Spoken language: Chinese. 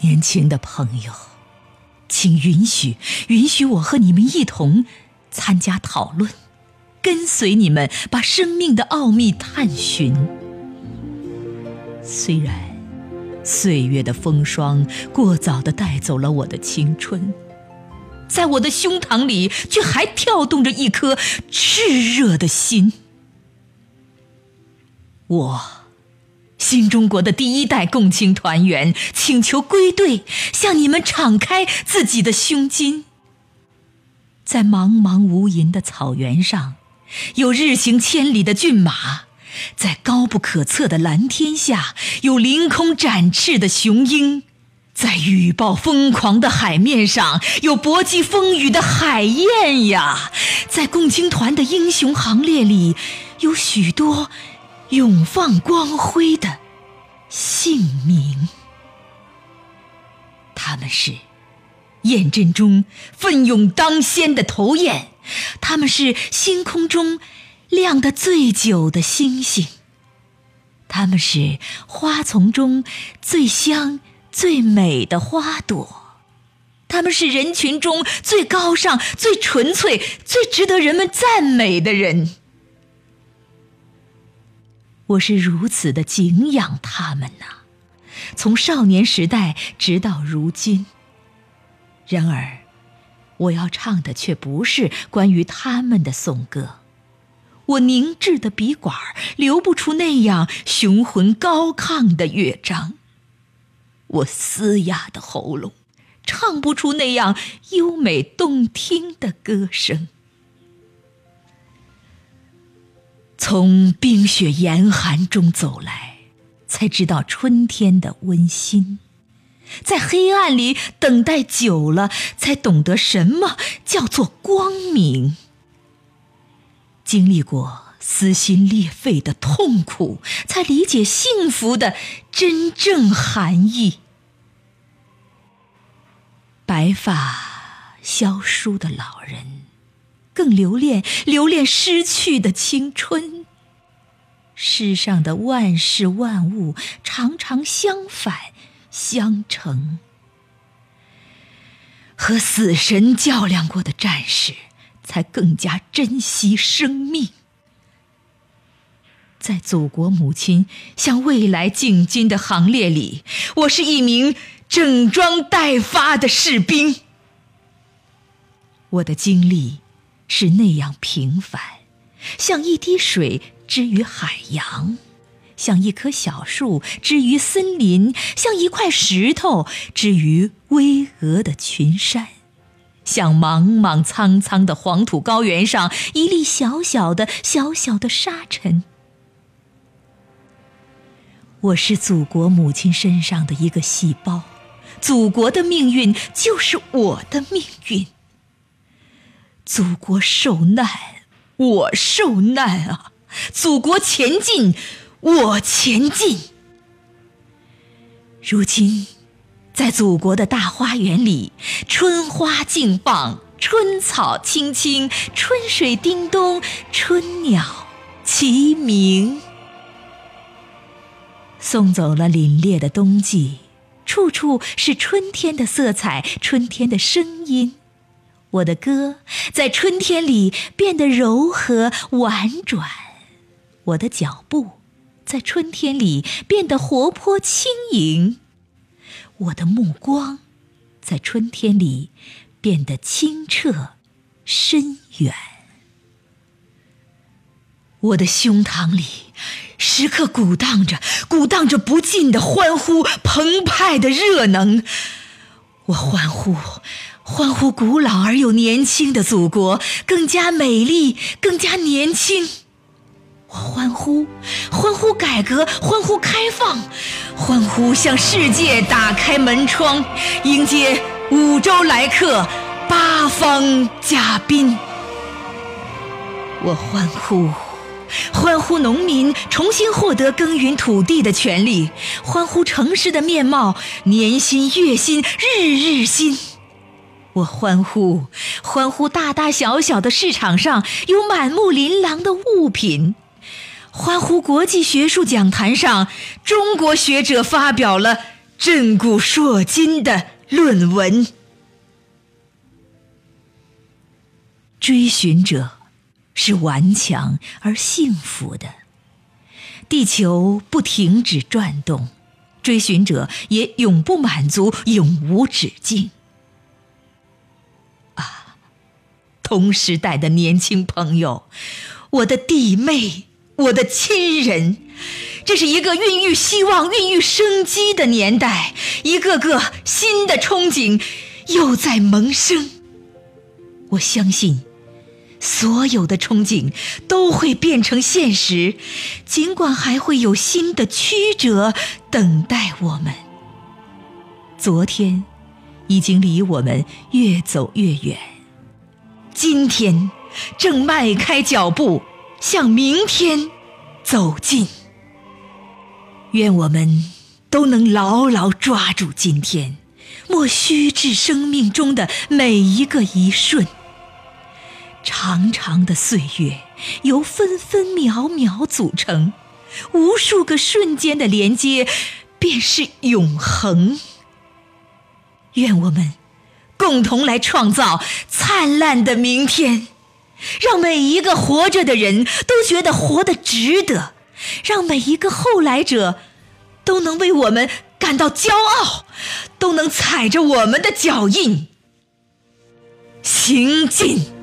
年轻的朋友，请允许我和你们一同参加讨论，跟随你们把生命的奥秘探寻。虽然岁月的风霜过早地带走了我的青春，在我的胸膛里却还跳动着一颗炽热的心。我，新中国的第一代共青团员，请求归队，向你们敞开自己的胸襟。在茫茫无垠的草原上，有日行千里的骏马；在高不可测的蓝天下，有凌空展翅的雄鹰；在雨暴疯狂的海面上，有搏击风雨的海燕呀！在共青团的英雄行列里，有许多永放光辉的姓名。他们是雁阵中奋勇当先的头雁，他们是星空中亮得最久的星星，他们是花丛中最香最美的花朵，他们是人群中最高尚最纯粹最值得人们赞美的人。我是如此的敬仰他们呐，从少年时代直到如今。然而，我要唱的却不是关于他们的颂歌。我凝滞的笔管流不出那样雄浑高亢的乐章，我嘶哑的喉咙唱不出那样优美动听的歌声。从冰雪严寒中走来，才知道春天的温馨；在黑暗里等待久了，才懂得什么叫做光明。经历过撕心裂肺的痛苦，才理解幸福的真正含义。白发消疏的老人，更留恋失去的青春。世上的万事万物常常相反相成，和死神较量过的战士才更加珍惜生命。在祖国母亲向未来进军的行列里，我是一名整装待发的士兵。我的经历是那样平凡，像一滴水之于海洋，像一棵小树之于森林，像一块石头之于巍峨的群山，像茫茫苍苍的黄土高原上一粒小小的沙尘。我是祖国母亲身上的一个细胞，祖国的命运就是我的命运。祖国受难，我受难啊！祖国前进，我前进。如今，在祖国的大花园里，春花竞放，春草青青，春水叮咚，春鸟齐鸣。送走了凛冽的冬季，处处是春天的色彩，春天的声音。我的歌在春天里变得柔和婉转，我的脚步在春天里变得活泼轻盈，我的目光在春天里变得清澈深远。我的胸膛里时刻鼓荡着不尽的欢呼，澎湃的热能。我欢呼古老而又年轻的祖国，更加美丽，更加年轻。我欢呼改革，欢呼开放，欢呼向世界打开门窗，迎接5洲来客，8方嘉宾。我欢呼农民重新获得耕耘土地的权利，欢呼城市的面貌年新月新日日新。我欢呼大大小小的市场上有满目琳琅的物品，欢呼国际学术讲坛上中国学者发表了震古烁今的论文。追寻者是顽强而幸福的，地球不停止转动，追寻者也永不满足，永无止境。啊，同时代的年轻朋友，我的弟妹，我的亲人，这是一个孕育希望、孕育生机的年代，一个个新的憧憬又在萌生。我相信所有的憧憬都会变成现实，尽管还会有新的曲折等待我们。昨天已经离我们越走越远，今天正迈开脚步向明天走近。愿我们都能牢牢抓住今天，莫虚掷生命中的每一个一瞬。长长的岁月由分分秒秒组成，无数个瞬间的连接便是永恒。愿我们共同来创造灿烂的明天，让每一个活着的人都觉得活得值得，让每一个后来者都能为我们感到骄傲，都能踩着我们的脚印行进。